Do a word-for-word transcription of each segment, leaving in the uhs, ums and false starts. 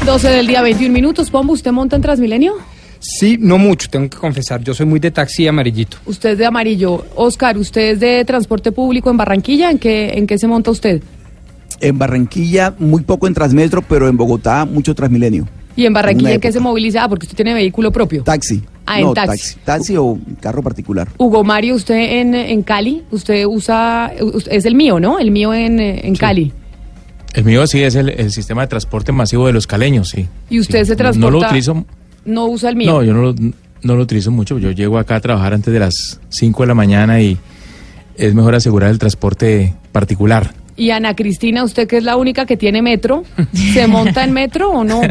doce del día, veintiún minutos. Pombo, ¿usted monta en Transmilenio? Sí, no mucho, tengo que confesar. Yo soy muy de taxi amarillito. Usted es de amarillo. Oscar, ¿usted es de transporte público en Barranquilla? ¿En qué, en qué se monta usted? En Barranquilla, muy poco en Transmetro, pero en Bogotá, mucho Transmilenio. ¿Y en Barranquilla en qué se moviliza? Ah, porque usted tiene vehículo propio. Taxi. Ah, en no, taxi. taxi. Taxi o carro particular. Hugo Mario, usted en, en Cali, usted usa, es el mío, ¿no? El mío en, en Sí. Cali. El mío sí es el, el sistema de transporte masivo de los caleños, sí. ¿Y usted sí. se transporta? No lo utilizo. ¿No usa el mío? No, yo no lo, no lo utilizo mucho. Yo llego acá a trabajar antes de las cinco de la mañana y es mejor asegurar el transporte particular. Y Ana Cristina, usted que es la única que tiene metro, ¿se monta en metro o no?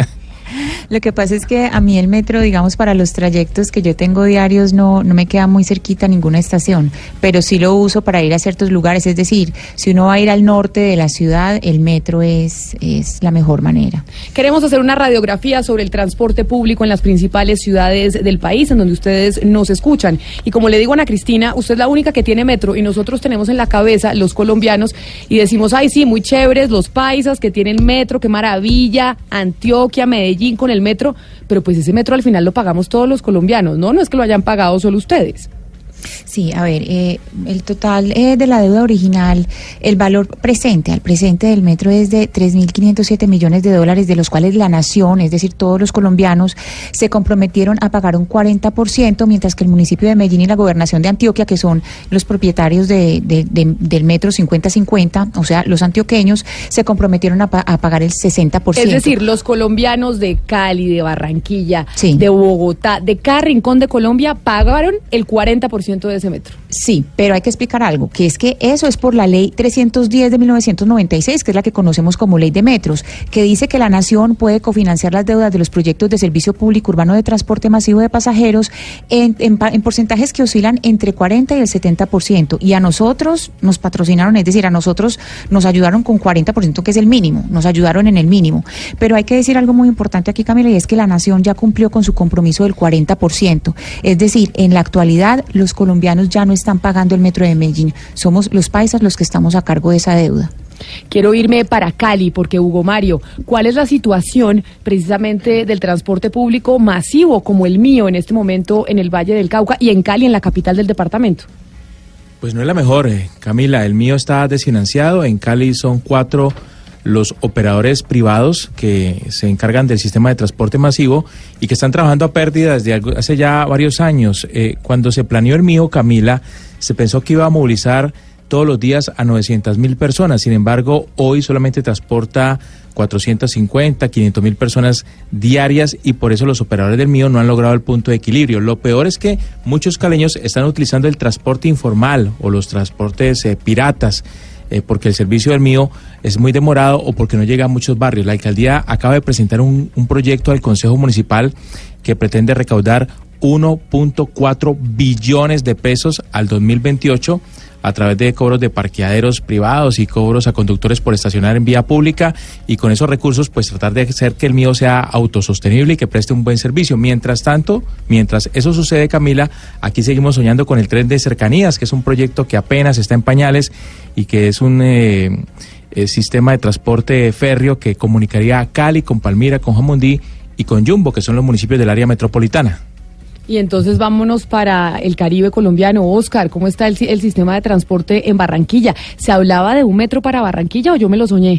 Lo que pasa es que a mí el metro, digamos, para los trayectos que yo tengo diarios no, no me queda muy cerquita ninguna estación, pero sí lo uso para ir a ciertos lugares, es decir, si uno va a ir al norte de la ciudad, el metro es, es la mejor manera. Queremos hacer una radiografía sobre el transporte público en las principales ciudades del país, en donde ustedes nos escuchan. Y como le digo a Ana Cristina, usted es la única que tiene metro y nosotros tenemos en la cabeza los colombianos y decimos, ay sí, muy chéveres los paisas que tienen metro, qué maravilla, Antioquia, Medellín con el metro, pero pues ese metro al final lo pagamos todos los colombianos, ¿no? No es que lo hayan pagado solo ustedes. Sí, a ver, eh, el total eh, de la deuda original, el valor presente, al presente del metro es de tres mil quinientos siete millones de dólares, de los cuales la nación, es decir, todos los colombianos, se comprometieron a pagar un cuarenta por ciento, mientras que el municipio de Medellín y la gobernación de Antioquia, que son los propietarios de, de, de, del metro cincuenta cincuenta, o sea, los antioqueños, se comprometieron a, pa a pagar el sesenta por ciento. Es decir, los colombianos de Cali, de Barranquilla, sí, de Bogotá, de cada rincón de Colombia, pagaron el cuarenta por ciento de ese metro. Sí, pero hay que explicar algo, que es que eso es por la ley trescientos diez de mil novecientos noventa y seis, que es la que conocemos como ley de metros, que dice que la nación puede cofinanciar las deudas de los proyectos de servicio público urbano de transporte masivo de pasajeros en, en, en porcentajes que oscilan entre cuarenta y el setenta por ciento, y a nosotros nos patrocinaron, es decir, a nosotros nos ayudaron con cuarenta por ciento, que es el mínimo, nos ayudaron en el mínimo, pero hay que decir algo muy importante aquí, Camila, y es que la nación ya cumplió con su compromiso del cuarenta por ciento, es decir, en la actualidad los colombianos ya no están pagando el metro de Medellín, somos los paisas los que estamos a cargo de esa deuda. Quiero irme para Cali, porque Hugo Mario, ¿cuál es la situación precisamente del transporte público masivo como el mío en este momento en el Valle del Cauca y en Cali, en la capital del departamento? Pues no es la mejor, eh, Camila, el mío está desfinanciado, en Cali son cuatro los operadores privados que se encargan del sistema de transporte masivo y que están trabajando a pérdida desde hace ya varios años. Eh, cuando se planeó el mío, Camila, se pensó que iba a movilizar todos los días a novecientas mil personas, sin embargo, hoy solamente transporta cuatrocientas cincuenta, quinientas mil personas diarias y por eso los operadores del mío no han logrado el punto de equilibrio. Lo peor es que muchos caleños están utilizando el transporte informal o los transportes eh, piratas, Eh, porque el servicio del mío es muy demorado o porque no llega a muchos barrios. La alcaldía acaba de presentar un, un proyecto al Consejo Municipal que pretende recaudar uno punto cuatro billones de pesos al dos mil veintiocho a través de cobros de parqueaderos privados y cobros a conductores por estacionar en vía pública, y con esos recursos pues tratar de hacer que el mío sea autosostenible y que preste un buen servicio. Mientras tanto, mientras eso sucede, Camila, aquí seguimos soñando con el tren de cercanías, que es un proyecto que apenas está en pañales y que es un eh, eh, sistema de transporte férreo que comunicaría a Cali con Palmira, con Jamundí y con Yumbo, que son los municipios del área metropolitana. Y entonces vámonos para el Caribe colombiano. Oscar, ¿cómo está el, el sistema de transporte en Barranquilla? ¿Se hablaba de un metro para Barranquilla o yo me lo soñé?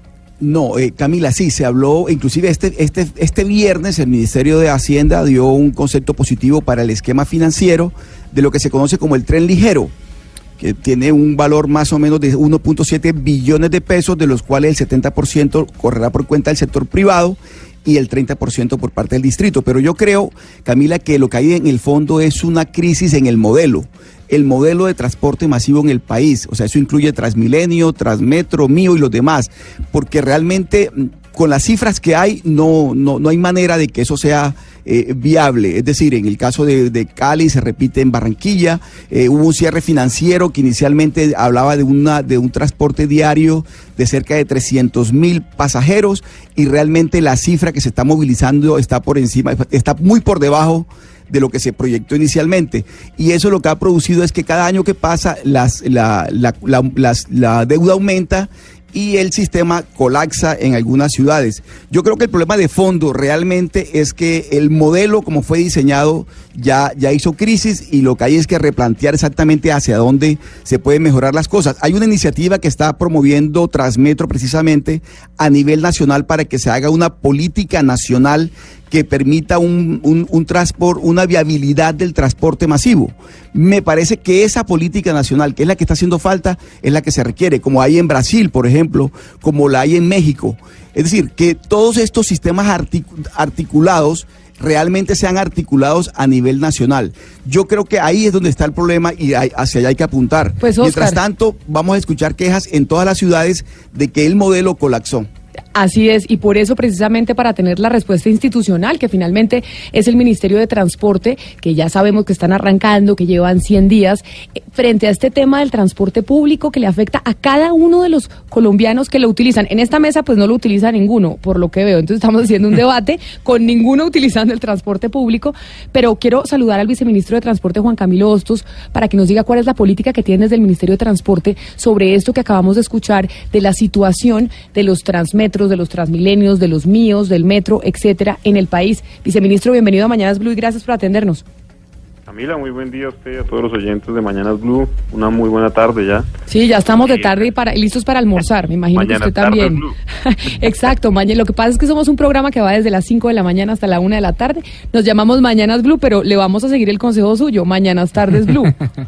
No, eh, Camila, sí, se habló, inclusive este, este, este viernes el Ministerio de Hacienda dio un concepto positivo para el esquema financiero de lo que se conoce como el tren ligero, que tiene un valor más o menos de uno punto siete billones de pesos, de los cuales el setenta por ciento correrá por cuenta del sector privado y el treinta por ciento por parte del distrito. Pero yo creo, Camila, que lo que hay en el fondo es una crisis en el modelo, el modelo de transporte masivo en el país. O sea, eso incluye Transmilenio, Transmetro, Mío y los demás, porque realmente con las cifras que hay no, no, no hay manera de que eso sea eh, viable. Es decir, en el caso de, de Cali se repite en Barranquilla, eh, hubo un cierre financiero que inicialmente hablaba de, una, de un transporte diario de cerca de trescientos mil pasajeros y realmente la cifra que se está movilizando está por encima, está muy por debajo de lo que se proyectó inicialmente, y eso lo que ha producido es que cada año que pasa las, la, la, la, las, la deuda aumenta y el sistema colapsa en algunas ciudades. Yo creo que el problema de fondo realmente es que el modelo como fue diseñado ya, ya hizo crisis, y lo que hay es que replantear exactamente hacia dónde se pueden mejorar las cosas. Hay una iniciativa que está promoviendo Transmetro precisamente a nivel nacional para que se haga una política nacional que permita un, un, un transporte, una viabilidad del transporte masivo. Me parece que esa política nacional, que es la que está haciendo falta, es la que se requiere, como hay en Brasil, por ejemplo, como la hay en México. Es decir, que todos estos sistemas artic- articulados realmente sean articulados a nivel nacional. Yo creo que ahí es donde está el problema y hay, hacia allá hay que apuntar. Pues, Oscar, mientras tanto, vamos a escuchar quejas en todas las ciudades de que el modelo colapsó. Así es, y por eso precisamente para tener la respuesta institucional, que finalmente es el Ministerio de Transporte, que ya sabemos que están arrancando, que llevan cien días, eh, frente a este tema del transporte público que le afecta a cada uno de los colombianos que lo utilizan. En esta mesa pues no lo utiliza ninguno, por lo que veo, entonces estamos haciendo un debate con ninguno utilizando el transporte público, pero quiero saludar al viceministro de Transporte, Juan Camilo Hostos, para que nos diga cuál es la política que tiene desde el Ministerio de Transporte sobre esto que acabamos de escuchar, de la situación de los transmetros, de los Transmilenios, de los míos, del metro, etcétera, en el país. Viceministro, bienvenido a Mañanas Blue y gracias por atendernos. Camila, muy buen día a usted y a todos los oyentes de Mañanas Blue. Una muy buena tarde ya. Sí, ya estamos de tarde y para, listos para almorzar. Me imagino Mañana que usted también. Exacto, mañana. Lo que pasa es que somos un programa que va desde las cinco de la mañana hasta la una de la tarde. Nos llamamos Mañanas Blue, pero le vamos a seguir el consejo suyo, Mañanas Tardes Blue.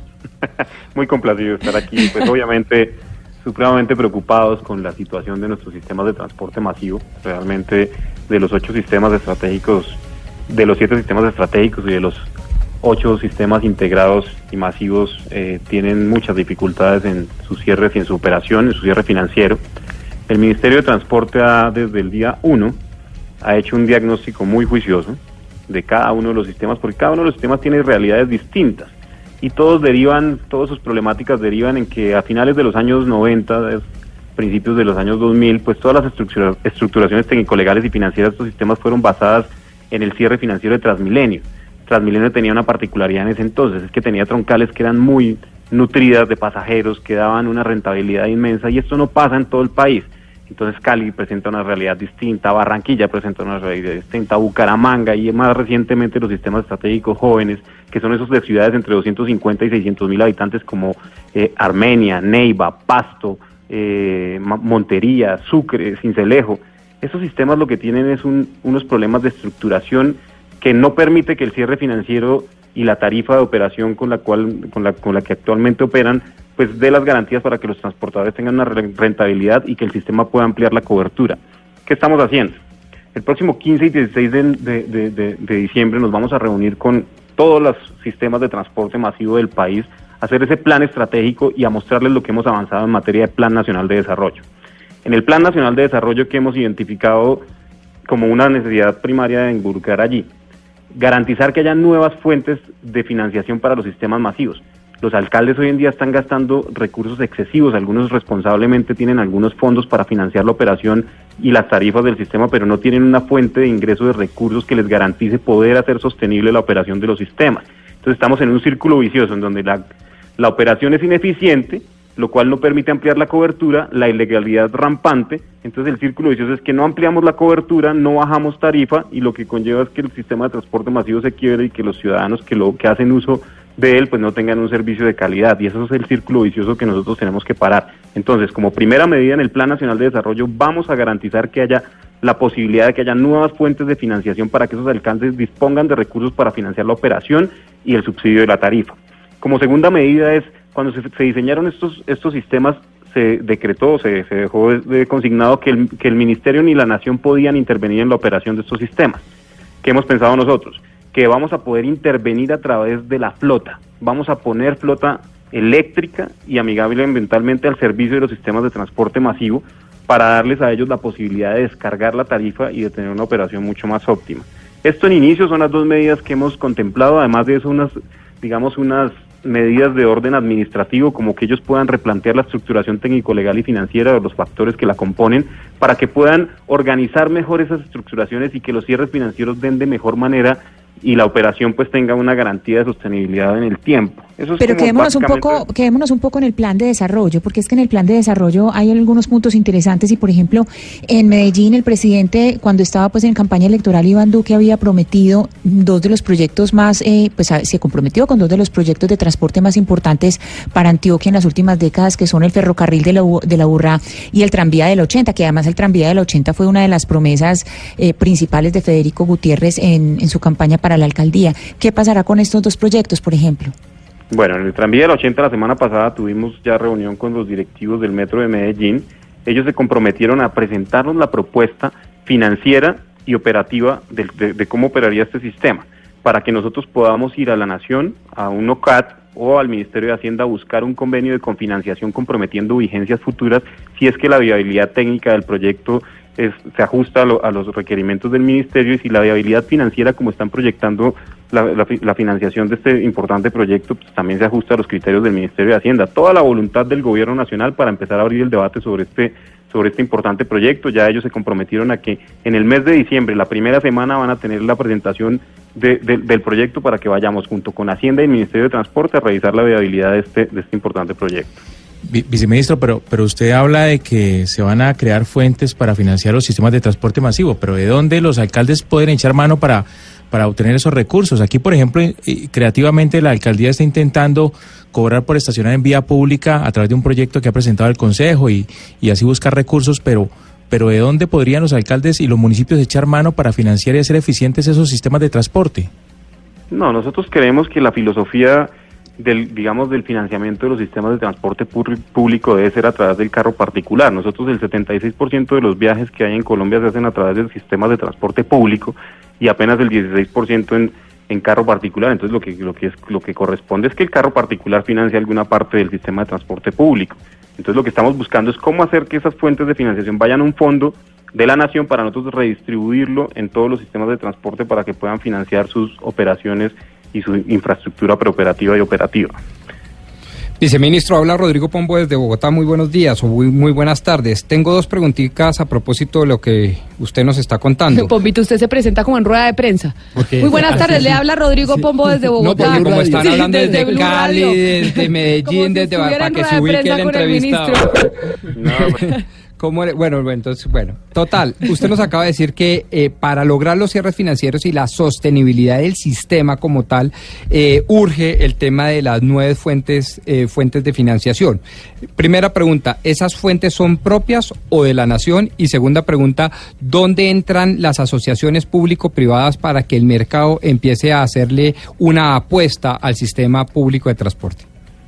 Muy complacido de estar aquí. Pues obviamente supremamente preocupados con la situación de nuestros sistemas de transporte masivo. Realmente de los ocho sistemas estratégicos, de los siete sistemas estratégicos y de los ocho sistemas integrados y masivos eh, tienen muchas dificultades en sus cierres y en su operación, en su cierre financiero. El Ministerio de Transporte ha, desde el día uno, ha hecho un diagnóstico muy juicioso de cada uno de los sistemas, porque cada uno de los sistemas tiene realidades distintas. Y todos derivan, todas sus problemáticas derivan en que a finales de los años noventa, principios de los años dos mil, pues todas las estructura, estructuraciones técnico-legales y financieras de estos sistemas fueron basadas en el cierre financiero de Transmilenio. Transmilenio tenía una particularidad en ese entonces, es que tenía troncales que eran muy nutridas de pasajeros, que daban una rentabilidad inmensa, y esto no pasa en todo el país. Entonces Cali presenta una realidad distinta, Barranquilla presenta una realidad distinta, Bucaramanga y más recientemente los sistemas estratégicos jóvenes, que son esos de ciudades entre doscientos cincuenta y seiscientos mil habitantes como eh, Armenia, Neiva, Pasto, eh, Montería, Sucre, Sincelejo. Esos sistemas lo que tienen es un, unos problemas de estructuración que no permite que el cierre financiero y la tarifa de operación con la cual con la con la que actualmente operan pues dé las garantías para que los transportadores tengan una rentabilidad y que el sistema pueda ampliar la cobertura. ¿Qué estamos haciendo? El próximo quince y dieciséis de, de, de, de, de diciembre nos vamos a reunir con todos los sistemas de transporte masivo del país, a hacer ese plan estratégico y a mostrarles lo que hemos avanzado en materia de Plan Nacional de Desarrollo. En el Plan Nacional de Desarrollo que hemos identificado como una necesidad primaria de involucrar allí, garantizar que haya nuevas fuentes de financiación para los sistemas masivos. Los alcaldes hoy en día están gastando recursos excesivos, algunos responsablemente tienen algunos fondos para financiar la operación y las tarifas del sistema, pero no tienen una fuente de ingreso de recursos que les garantice poder hacer sostenible la operación de los sistemas. Entonces estamos en un círculo vicioso en donde la, la operación es ineficiente, lo cual no permite ampliar la cobertura, la ilegalidad rampante. Entonces el círculo vicioso es que no ampliamos la cobertura, no bajamos tarifa, y lo que conlleva es que el sistema de transporte masivo se quiebre y que los ciudadanos que lo que hacen uso de él pues no tengan un servicio de calidad, y eso es el círculo vicioso que nosotros tenemos que parar. Entonces, como primera medida en el Plan Nacional de Desarrollo, vamos a garantizar que haya la posibilidad de que haya nuevas fuentes de financiación para que esos alcaldes dispongan de recursos para financiar la operación y el subsidio de la tarifa. Como segunda medida es, cuando se, se diseñaron estos estos sistemas, se decretó, se, se dejó de, de consignado que el, que el Ministerio ni la Nación podían intervenir en la operación de estos sistemas. ¿Qué hemos pensado nosotros? Que vamos a poder intervenir a través de la flota. Vamos a poner flota eléctrica y amigable ambientalmente al servicio de los sistemas de transporte masivo para darles a ellos la posibilidad de descargar la tarifa y de tener una operación mucho más óptima. Esto en inicio son las dos medidas que hemos contemplado, además de eso unas, digamos, unas medidas de orden administrativo, como que ellos puedan replantear la estructuración técnico, legal y financiera de los factores que la componen, para que puedan organizar mejor esas estructuraciones y que los cierres financieros den de mejor manera y la operación pues tenga una garantía de sostenibilidad en el tiempo. Eso es Pero como quedémonos un básicamente- poco, quedémonos un poco en el plan de desarrollo, porque es que en el plan de desarrollo hay algunos puntos interesantes y, por ejemplo, en Medellín el presidente, cuando estaba pues en campaña electoral, Iván Duque había prometido dos de los proyectos más, eh, pues a- se comprometió con dos de los proyectos de transporte más importantes para Antioquia en las últimas décadas, que son el ferrocarril de la, U- de la Urrá y el tranvía del ochenta, que además el tranvía del ochenta fue una de las promesas eh, principales de Federico Gutiérrez en, en su campaña para la alcaldía. ¿Qué pasará con estos dos proyectos, por ejemplo? Bueno, en el tranvía del ochenta la semana pasada tuvimos ya reunión con los directivos del Metro de Medellín. Ellos se comprometieron a presentarnos la propuesta financiera y operativa de, de, de cómo operaría este sistema, para que nosotros podamos ir a la Nación, a un O C A T o al Ministerio de Hacienda a buscar un convenio de confinanciación comprometiendo vigencias futuras si es que la viabilidad técnica del proyecto es, se ajusta a, lo, a los requerimientos del Ministerio, y si la viabilidad financiera, como están proyectando la, la, la financiación de este importante proyecto, pues también se ajusta a los criterios del Ministerio de Hacienda. Toda la voluntad del Gobierno Nacional para empezar a abrir el debate sobre este sobre este importante proyecto. Ya ellos se comprometieron a que en el mes de diciembre, la primera semana, van a tener la presentación de, de, del proyecto para que vayamos junto con Hacienda y el Ministerio de Transporte a revisar la viabilidad de este, de este importante proyecto. Vi- Viceministro, pero, pero usted habla de que se van a crear fuentes para financiar los sistemas de transporte masivo, pero ¿de dónde los alcaldes pueden echar mano para, para obtener esos recursos? Aquí, por ejemplo, eh, creativamente la alcaldía está intentando cobrar por estacionar en vía pública a través de un proyecto que ha presentado el Consejo y, y así buscar recursos, pero, pero ¿de dónde podrían los alcaldes y los municipios echar mano para financiar y hacer eficientes esos sistemas de transporte? No, nosotros creemos que la filosofía del, digamos, del financiamiento de los sistemas de transporte pu- público debe ser a través del carro particular. Nosotros el setenta y seis por ciento de los viajes que hay en Colombia se hacen a través del sistema de transporte público y apenas el dieciséis por ciento en, en carro particular. Entonces lo que, lo que es, lo que corresponde es que el carro particular financie alguna parte del sistema de transporte público. Entonces lo que estamos buscando es cómo hacer que esas fuentes de financiación vayan a un fondo de la Nación para nosotros redistribuirlo en todos los sistemas de transporte para que puedan financiar sus operaciones y su infraestructura preoperativa y operativa. Viceministro, habla Rodrigo Pombo desde Bogotá. Muy buenos días o muy, muy buenas tardes. Tengo dos preguntitas a propósito de lo que usted nos está contando. Pombito, usted se presenta como en rueda de prensa. Porque- Muy buenas tardes, Sí. le habla Rodrigo Pombo desde No, Bogotá. porque como están Sí, hablando desde, Blue Cali, Radio. desde Como Medellín, si desde estuviera para en que rueda se de ubique prensa el con el entrevistado. No, pues, ¿Cómo le- bueno, bueno, entonces, bueno, total, usted nos acaba de decir que eh, para lograr los cierres financieros y la sostenibilidad del sistema como tal, eh, urge el tema de las nueve fuentes, eh, fuentes de financiación. Primera pregunta, ¿esas fuentes son propias o de la Nación? Y segunda pregunta, ¿dónde entran las asociaciones público-privadas para que el mercado empiece a hacerle una apuesta al sistema público de transporte?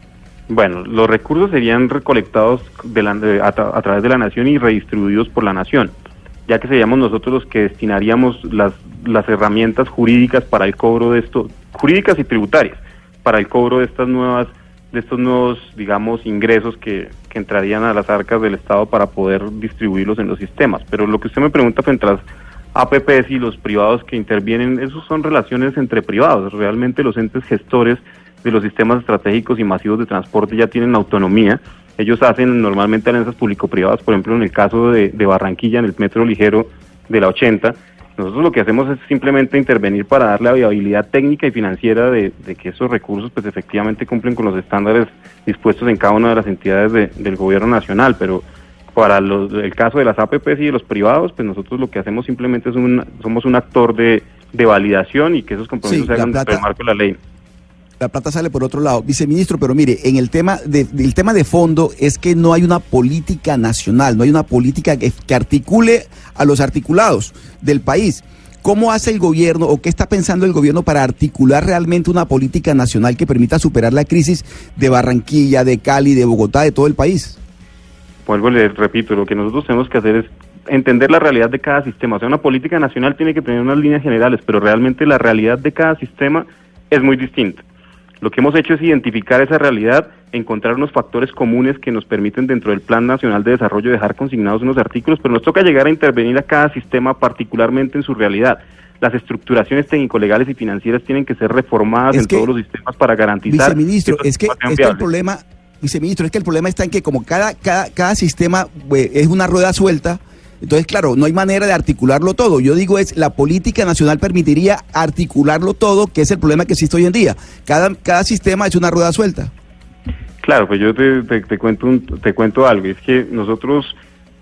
Bueno, los recursos serían recolectados de la- de- a, tra- a través de la Nación y redistribuidos por la Nación, ya que seríamos nosotros los que destinaríamos las, las herramientas jurídicas para el cobro de esto, jurídicas y tributarias, para el cobro de estas nuevas, de estos nuevos, digamos, ingresos que, que entrarían a las arcas del Estado para poder distribuirlos en los sistemas. Pero lo que usted me pregunta frente a las A P Ps y los privados que intervienen, esos son relaciones entre privados. Realmente los entes gestores de los sistemas estratégicos y masivos de transporte ya tienen autonomía. Ellos hacen normalmente alianzas público-privadas, por ejemplo, en el caso de, de Barranquilla, en el metro ligero de la ochenta. Nosotros lo que hacemos es simplemente intervenir para darle la viabilidad técnica y financiera de, de que esos recursos pues efectivamente cumplen con los estándares dispuestos en cada una de las entidades de, del gobierno nacional, pero para los, el caso de las A P Ps y de los privados, pues nosotros lo que hacemos simplemente es un, somos un actor de, de validación y que esos compromisos Sí, se hagan la dentro del plata- marco de la ley. La plata sale por otro lado. Viceministro, pero mire, en el tema de, el tema de fondo es que no hay una política nacional, no hay una política que, que articule a los articulados del país. ¿Cómo hace el gobierno o qué está pensando el gobierno para articular realmente una política nacional que permita superar la crisis de Barranquilla, de Cali, de Bogotá, de todo el país? Vuelvo y le repito, lo que nosotros tenemos que hacer es entender la realidad de cada sistema. O sea, una política nacional tiene que tener unas líneas generales, pero realmente la realidad de cada sistema es muy distinta. Lo que hemos hecho es identificar esa realidad, encontrar unos factores comunes que nos permiten dentro del Plan Nacional de Desarrollo dejar consignados unos artículos, pero nos toca llegar a intervenir a cada sistema particularmente en su realidad. Las estructuraciones técnico-legales y financieras tienen que ser reformadas Es en que, todos los sistemas para garantizar... Viceministro, estos es que, sistemas sean es que el viables. problema, viceministro, es que el problema está en que como cada, cada, cada sistema eh, es una rueda suelta, Entonces, claro, no hay manera de articularlo todo. Yo digo, es la política nacional permitiría articularlo todo, que es el problema que existe hoy en día. Cada, cada sistema es una rueda suelta. Claro, pues yo te, te, te cuento un, te cuento algo. Es que nosotros,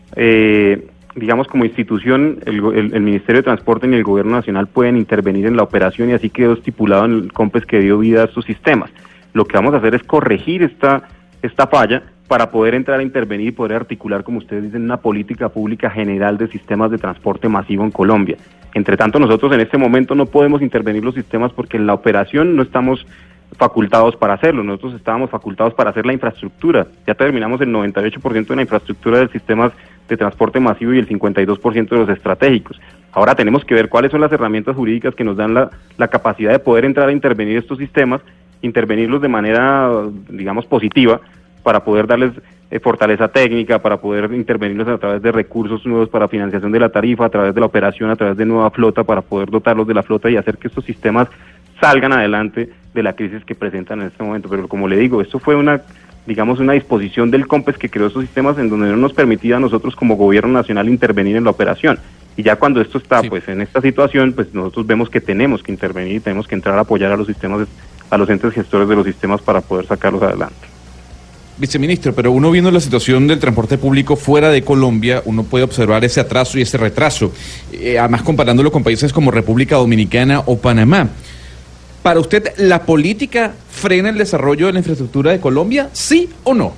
eh, digamos, como institución, el, el, el Ministerio de Transporte y el Gobierno Nacional pueden intervenir en la operación, y así quedó estipulado en el COMPES que dio vida a estos sistemas. Lo que vamos a hacer es corregir esta, esta falla para poder entrar a intervenir y poder articular, como ustedes dicen, una política pública general de sistemas de transporte masivo en Colombia. Entre tanto, nosotros en este momento no podemos intervenir los sistemas porque en la operación no estamos facultados para hacerlo. Nosotros estábamos facultados para hacer la infraestructura. Ya terminamos el noventa y ocho por ciento de la infraestructura del sistema de transporte masivo y el cincuenta y dos por ciento de los estratégicos. Ahora tenemos que ver cuáles son las herramientas jurídicas que nos dan la, la capacidad de poder entrar a intervenir estos sistemas, intervenirlos de manera, digamos, positiva, para poder darles eh, fortaleza técnica, para poder intervenirlos a través de recursos nuevos para financiación de la tarifa, a través de la operación, a través de nueva flota, para poder dotarlos de la flota y hacer que estos sistemas salgan adelante de la crisis que presentan en este momento. Pero como le digo, esto fue una, digamos, una disposición del COMPES que creó estos sistemas en donde no nos permitía a nosotros como gobierno nacional intervenir en la operación. Y ya cuando esto está, sí, pues en esta situación, pues nosotros vemos que tenemos que intervenir y tenemos que entrar a apoyar a los sistemas, a los entes gestores de los sistemas para poder sacarlos adelante. Viceministro, pero uno viendo la situación del transporte público fuera de Colombia, uno puede observar ese atraso y ese retraso, eh, además comparándolo con países como República Dominicana o Panamá. ¿Para usted la política frena el desarrollo de la infraestructura de Colombia, sí o no?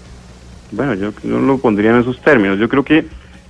Bueno, yo no lo pondría en esos términos. Yo creo que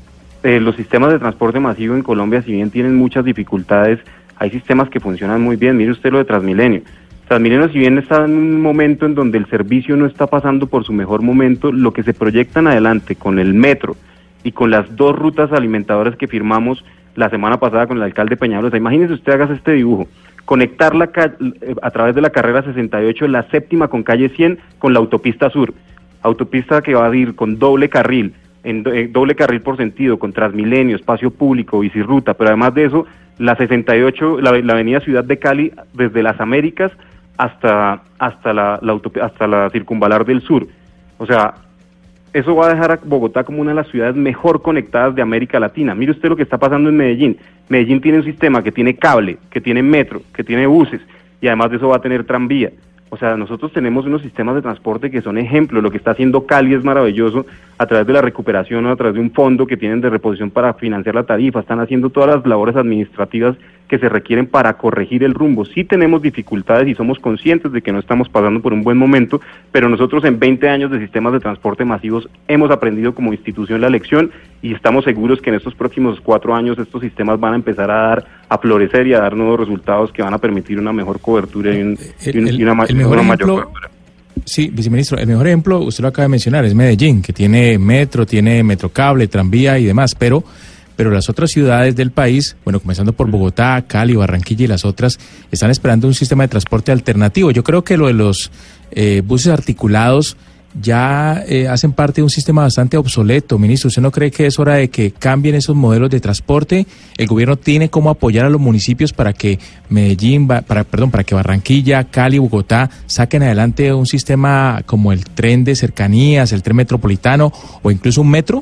eh, los sistemas de transporte masivo en Colombia, si bien tienen muchas dificultades, hay sistemas que funcionan muy bien. Mire usted lo de Transmilenio. Transmilenio, si bien está en un momento en donde el servicio no está pasando por su mejor momento, lo que se proyectan adelante con el metro y con las dos rutas alimentadoras que firmamos la semana pasada con el alcalde Peñalosa, imagínese usted, hagas este dibujo, conectar la a través de la carrera sesenta y ocho, la séptima con calle cien, con la autopista sur, autopista que va a ir con doble carril, en do, eh, doble carril por sentido, con Transmilenio, espacio público, bicirruta, pero además de eso, la sesenta y ocho, la, la avenida Ciudad de Cali, desde las Américas hasta hasta la, la autop- hasta la Circunvalar del Sur. O sea, eso va a dejar a Bogotá como una de las ciudades mejor conectadas de América Latina. Mire usted lo que está pasando en Medellín. Medellín tiene un sistema que tiene cable, que tiene metro, que tiene buses, y además de eso va a tener tranvía. O sea, nosotros tenemos unos sistemas de transporte que son ejemplos. Lo que está haciendo Cali es maravilloso a través de la recuperación o a través de un fondo que tienen de reposición para financiar la tarifa. Están haciendo todas las labores administrativas que se requieren para corregir el rumbo. Sí tenemos dificultades y somos conscientes de que no estamos pasando por un buen momento, pero nosotros en veinte años de sistemas de transporte masivos hemos aprendido como institución la lección y estamos seguros que en estos próximos cuatro años estos sistemas van a empezar a dar, a florecer y a dar nuevos resultados que van a permitir una mejor cobertura y, un, el, y, un, el, y una, ma- el mejor una ejemplo, mayor cobertura. Sí, viceministro, el mejor ejemplo, usted lo acaba de mencionar, es Medellín, que tiene metro, tiene metrocable, tranvía y demás, pero pero las otras ciudades del país, bueno, comenzando por Bogotá, Cali, Barranquilla y las otras, están esperando un sistema de transporte alternativo. Yo creo que lo de los eh, buses articulados ya eh, hacen parte de un sistema bastante obsoleto. Ministro, ¿usted no cree que es hora de que cambien esos modelos de transporte? El gobierno tiene cómo apoyar a los municipios para que Medellín, para, perdón, para que Barranquilla, Cali, Bogotá saquen adelante un sistema como el tren de cercanías, el tren metropolitano o incluso un metro.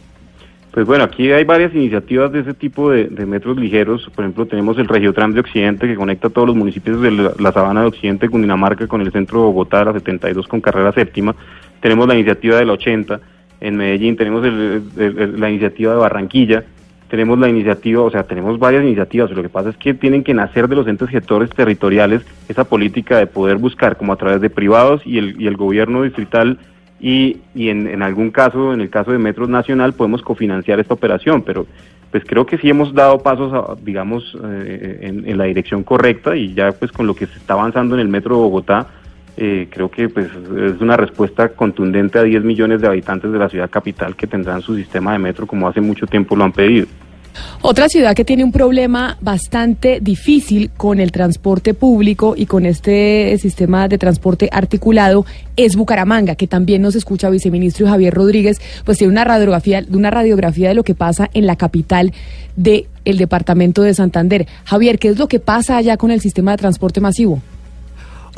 Pues bueno, aquí hay varias iniciativas de ese tipo de, de metros ligeros. Por ejemplo, tenemos el Regiotram de Occidente, que conecta a todos los municipios de la, la Sabana de Occidente, Cundinamarca, con el centro de Bogotá, la setenta y dos con carrera séptima. Tenemos la iniciativa del ochenta en Medellín, tenemos el, el, el, la iniciativa de Barranquilla, tenemos la iniciativa, o sea, tenemos varias iniciativas. Lo que pasa es que tienen que nacer de los entes gestores territoriales esa política de poder buscar, como a través de privados y el, y el gobierno distrital, y, y en, en algún caso, en el caso de Metros Nacional, podemos cofinanciar esta operación, pero pues creo que sí hemos dado pasos, a, digamos, eh, en, en la dirección correcta, y ya pues con lo que se está avanzando en el Metro de Bogotá, eh, creo que pues es una respuesta contundente a diez millones de habitantes de la ciudad capital que tendrán su sistema de metro como hace mucho tiempo lo han pedido. Otra ciudad que tiene un problema bastante difícil con el transporte público y con este sistema de transporte articulado es Bucaramanga, que también nos escucha viceministro Javier Rodríguez, pues tiene una radiografía, una radiografía de lo que pasa en la capital del departamento de Santander. Javier, ¿qué es lo que pasa allá con el sistema de transporte masivo?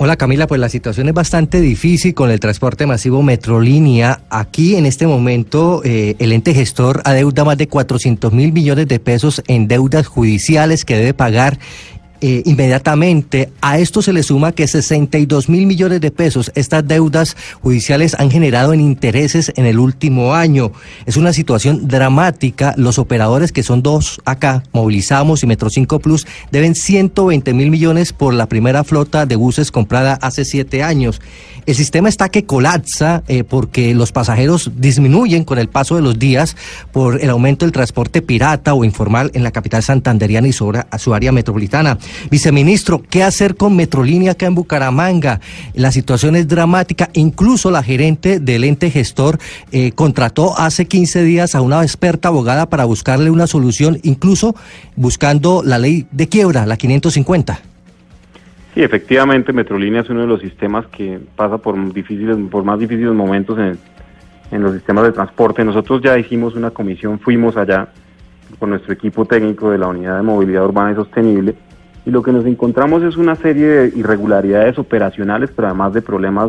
Hola Camila, pues la situación es bastante difícil con el transporte masivo Metrolínea. Aquí en este momento eh, el ente gestor adeuda más de cuatrocientos mil millones de pesos en deudas judiciales que debe pagar Eh, inmediatamente. A esto se le suma que sesenta y dos mil millones de pesos estas deudas judiciales han generado en intereses en el último año. Es una situación dramática. Los operadores, que son dos acá, Movilizamos y Metro cinco Plus, deben ciento veinte mil millones por la primera flota de buses comprada hace siete años. El sistema está que colapsa eh, porque los pasajeros disminuyen con el paso de los días por el aumento del transporte pirata o informal en la capital santanderiana y su, hora, su área metropolitana. Viceministro, ¿qué hacer con Metrolínea acá en Bucaramanga? La situación es dramática. Incluso la gerente del ente gestor eh, contrató hace quince días a una experta abogada para buscarle una solución, incluso buscando la ley de quiebra, la quinientos cincuenta. Sí, efectivamente, Metrolínea es uno de los sistemas que pasa por difíciles, por más difíciles momentos en, en los sistemas de transporte. Nosotros ya hicimos una comisión, fuimos allá con nuestro equipo técnico de la Unidad de Movilidad Urbana y Sostenible, y lo que nos encontramos es una serie de irregularidades operacionales, pero además de problemas.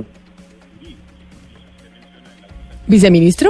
¿Viceministro?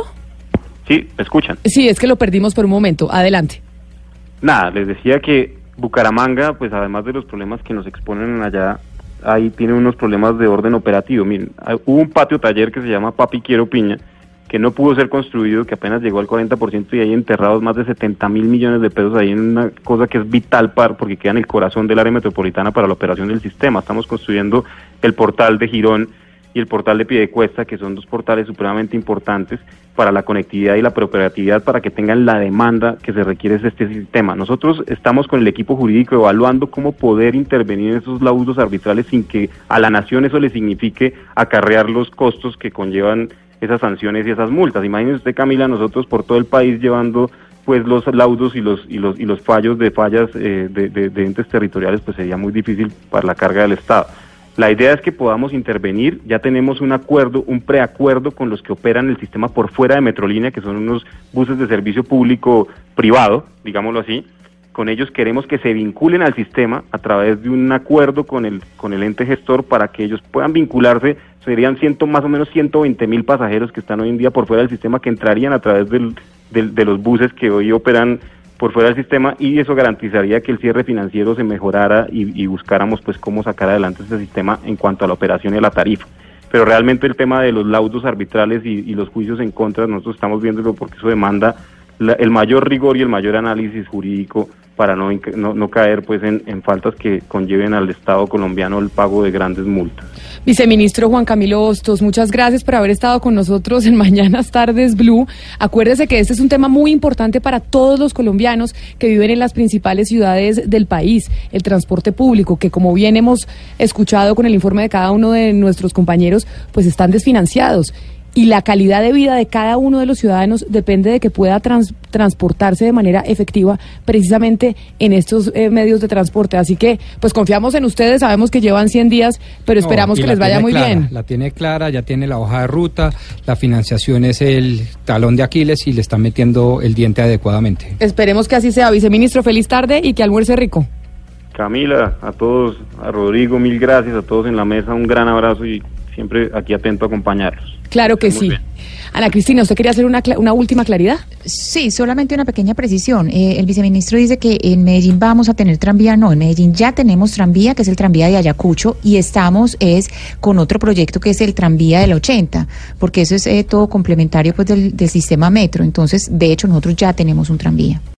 Sí, ¿me escuchan? Sí, es que lo perdimos por un momento. Adelante. Nada, les decía que Bucaramanga, pues además de los problemas que nos exponen allá, ahí tiene unos problemas de orden operativo. Miren, hubo un patio taller que se llama Papi Quiero Piña, que no pudo ser construido, que apenas llegó al cuarenta por ciento y hay enterrados más de setenta mil millones de pesos ahí en una cosa que es vital para, porque queda en el corazón del área metropolitana para la operación del sistema. Estamos construyendo el portal de Girón y el portal de Piedecuesta, que son dos portales supremamente importantes para la conectividad y la preoperatividad, para que tengan la demanda que se requiere de este sistema. Nosotros estamos con el equipo jurídico evaluando cómo poder intervenir en esos laudos arbitrales sin que a la nación eso le signifique acarrear los costos que conllevan esas sanciones y esas multas. Imagínese usted, Camila, nosotros por todo el país llevando pues los laudos y los y los y los fallos de fallas eh, de, de, de entes territoriales, pues sería muy difícil para la carga del Estado. La idea es que podamos intervenir. Ya tenemos un acuerdo, un preacuerdo con los que operan el sistema por fuera de Metrolínea, que son unos buses de servicio público privado, digámoslo así. Con ellos queremos que se vinculen al sistema a través de un acuerdo con el con el ente gestor para que ellos puedan vincularse. Serían ciento, más o menos ciento veinte mil pasajeros que están hoy en día por fuera del sistema, que entrarían a través del, del, de los buses que hoy operan por fuera del sistema, y eso garantizaría que el cierre financiero se mejorara y, y buscáramos pues cómo sacar adelante ese sistema en cuanto a la operación y a la tarifa. Pero realmente el tema de los laudos arbitrales y, y los juicios en contra, nosotros estamos viéndolo porque eso demanda la, el mayor rigor y el mayor análisis jurídico para no, no, no caer pues en, en faltas que conlleven al Estado colombiano el pago de grandes multas. Viceministro Juan Camilo Hostos, muchas gracias por haber estado con nosotros en Mañanas Tardes Blue. Acuérdese que este es un tema muy importante para todos los colombianos que viven en las principales ciudades del país, el transporte público, que como bien hemos escuchado con el informe de cada uno de nuestros compañeros, pues están desfinanciados. Y la calidad de vida de cada uno de los ciudadanos depende de que pueda trans, transportarse de manera efectiva precisamente en estos eh, medios de transporte. Así que, pues confiamos en ustedes, sabemos que llevan cien días, pero esperamos no, que les vaya muy clara, bien. La tiene clara, ya tiene la hoja de ruta, la financiación es el talón de Aquiles y le están metiendo el diente adecuadamente. Esperemos que así sea. Viceministro, feliz tarde y que almuerce rico. Camila, a todos, a Rodrigo, mil gracias, a todos en la mesa, un gran abrazo y siempre aquí atento a acompañarlos. Claro que sí. Ana Cristina, ¿usted quería hacer una, una última claridad? Sí, solamente una pequeña precisión. Eh, el viceministro dice que en Medellín vamos a tener tranvía. No, en Medellín ya tenemos tranvía, que es el tranvía de Ayacucho, y estamos es con otro proyecto que es el tranvía del ochenta, porque eso es eh, todo complementario pues del, del sistema metro. Entonces, de hecho, nosotros ya tenemos un tranvía.